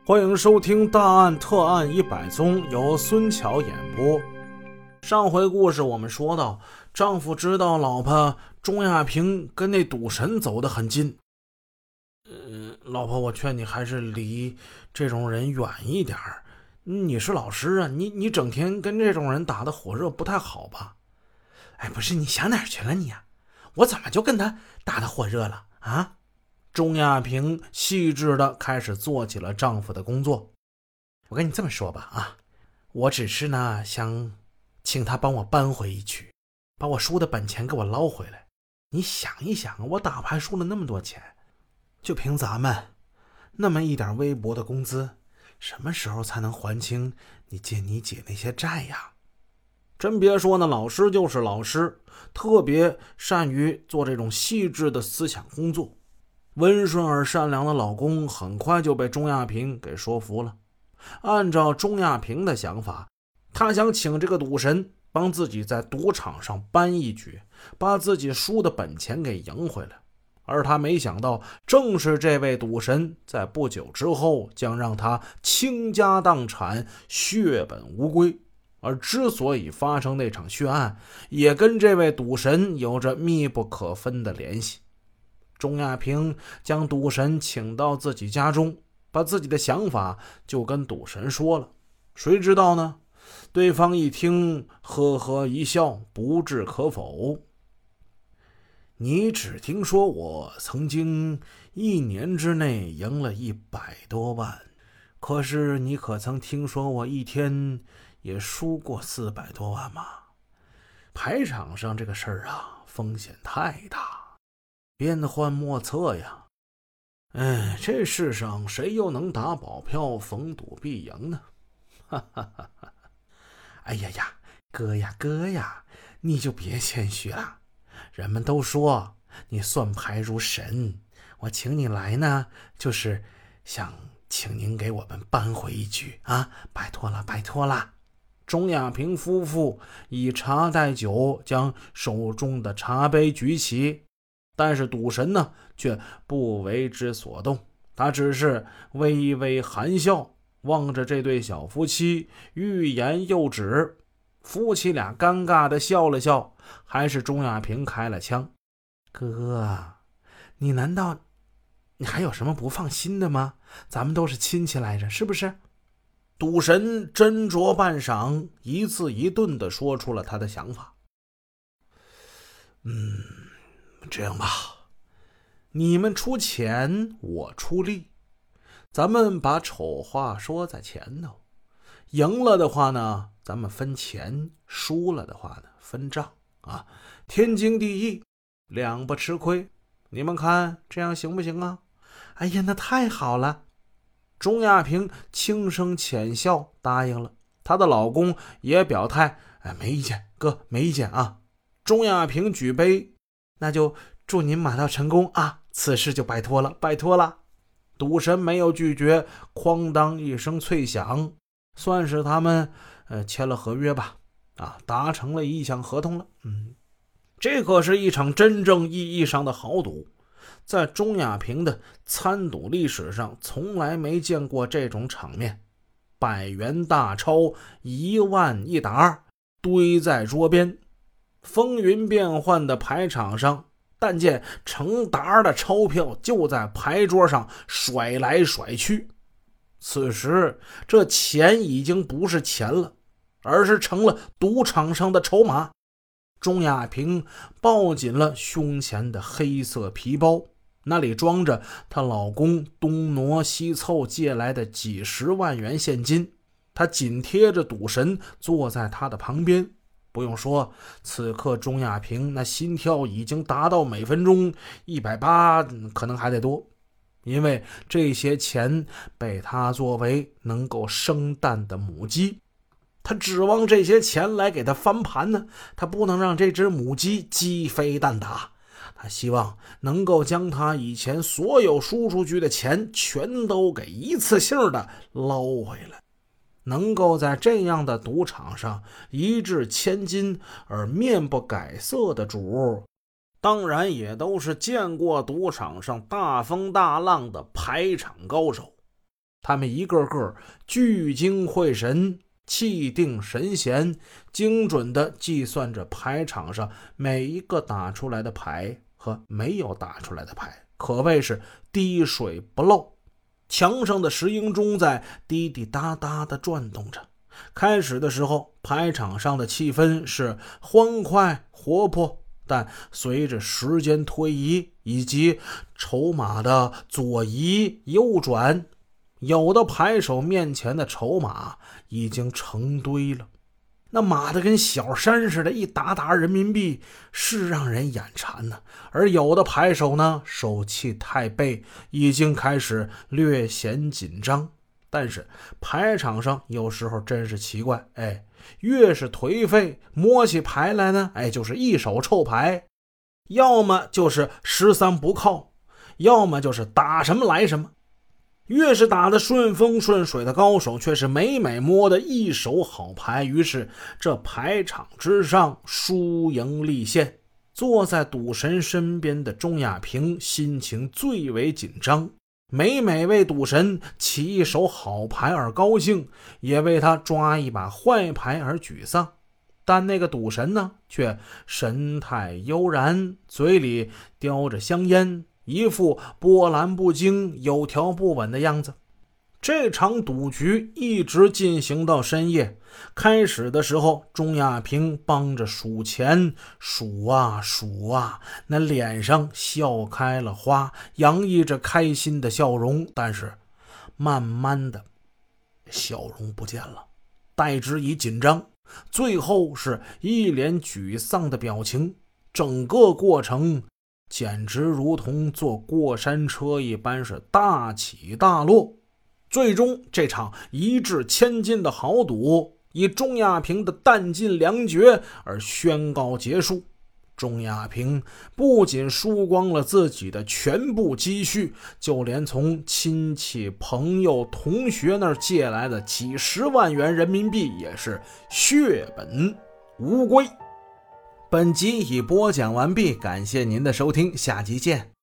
欢迎收听《大案特案100宗》，由孙桥演播。上回故事我们说到，丈夫知道老婆钟亚平跟那赌神走得很近。老婆，我劝你还是离这种人远一点。你是老师啊，你整天跟这种人打得火热不太好吧？ 不是，你想哪儿去了你啊？我怎么就跟他打得火热了啊？ 钟亚平细致地开始做起了丈夫的工作。 我跟你这么说吧啊，我只是呢想请他帮我扳回一局，把我输的本钱给我捞回来。你想一想，我打牌输了那么多钱，就凭咱们那么一点微薄的工资，什么时候才能还清你借你姐那些债呀？ 真别说呢，老师就是老师，特别善于做这种细致的思想工作。温顺而善良的老公很快就被钟亚平给说服了。按照钟亚平的想法，他想请这个赌神帮自己在赌场上扳一局，把自己输的本钱给赢回来。而他没想到，正是这位赌神在不久之后将让他倾家荡产，血本无归。而之所以发生那场血案，也跟这位赌神有着密不可分的联系。钟亚平将赌神请到自己家中，把自己的想法就跟赌神说了。谁知道呢，对方一听，呵呵一笑，不置可否。你只听说我曾经1年之内赢了100多万，可是你可曾听说我一天也输过400多万吗？牌场上这个事儿啊，风险太大，变幻莫测呀。这世上谁又能打保票逢赌必赢呢？哈哈哈哈！ 哎呀呀，哥呀，你就别谦虚了。人们都说你算牌如神，我请你来呢，就是想请您给我们扳回一局啊！拜托了。 钟亚平夫妇以茶代酒，将手中的茶杯举起，但是赌神呢却不为之所动。他只是微微含笑，望着这对小夫妻，欲言又止。夫妻俩尴尬地笑了笑，还是钟亚平开了枪。 哥，你难道你还有什么不放心的吗？咱们都是亲戚来着，是不是？ 赌神斟酌半晌，一字一顿地说出了他的想法。这样吧，你们出钱，我出力，咱们把丑话说在前头。赢了的话呢，咱们分钱；输了的话呢，分账啊，天经地义，两不吃亏。你们看这样行不行啊？ 哎呀，那太好了。 钟亚平轻声浅笑答应了，她的老公也表态，没意见，哥没意见啊。钟亚平举杯， 那就祝您马到成功啊，此事就拜托了。 赌神没有拒绝，哐当一声脆响，算是他们签了合约吧，达成了一项合同了。这可是一场真正意义上的豪赌，在钟亚平的参赌历史上从来没见过这种场面。100元大钞1万一沓堆在桌边，风云变幻的牌场上，但见成沓的钞票就在牌桌上甩来甩去。此时这钱已经不是钱了，而是成了赌场上的筹码。钟亚平抱紧了胸前的黑色皮包，那里装着她老公东挪西凑借来的几十万元现金。她紧贴着赌神坐在他的旁边，不用说，此刻钟亚平那心跳已经达到每分钟180，可能还得多，因为这些钱被他作为能够生蛋的母鸡。他指望这些钱来给他翻盘呢，他不能让这只母鸡鸡飞蛋打。他希望能够将他以前所有输出去的钱全都给一次性的捞回来。能够在这样的赌场上一掷千金而面不改色的主，当然也都是见过赌场上大风大浪的牌场高手。 他们一个个聚精会神，气定神闲，精准地计算着牌场上每一个打出来的牌和没有打出来的牌，可谓是滴水不漏。墙上的石英钟在滴滴答答地转动着。开始的时候，牌场上的气氛是欢快活泼，但随着时间推移以及筹码的左移右转，有的牌手面前的筹码已经成堆了，那码的跟小山似的，一沓沓人民币是让人眼馋呢。而有的牌手呢，手气太背，已经开始略显紧张。但是牌场上有时候真是奇怪，越是颓废，摸起牌来呢，就是一手臭牌，要么就是13不靠，要么就是打什么来什么。越是打得顺风顺水的高手，却是每摸的一手好牌，于是这牌场之上输赢立现。坐在赌神身边的钟亚平心情最为紧张，每为赌神起一手好牌而高兴，也为他抓一把坏牌而沮丧。但那个赌神呢，却神态悠然，嘴里叼着香烟，一副波澜不惊有条不紊的样子。这场赌局一直进行到深夜。开始的时候，钟亚平帮着数钱，数啊数啊，那脸上笑开了花，洋溢着开心的笑容。但是慢慢的笑容不见了，代之以紧张，最后是一脸沮丧的表情。整个过程简直如同坐过山车一般，是大起大落。最终这场一掷千金的豪赌以钟亚平的弹尽粮绝而宣告结束。钟亚平不仅输光了自己的全部积蓄，就连从亲戚朋友同学那儿借来的几十万元人民币也是血本无归。本集已播讲完毕，感谢您的收听，下集见。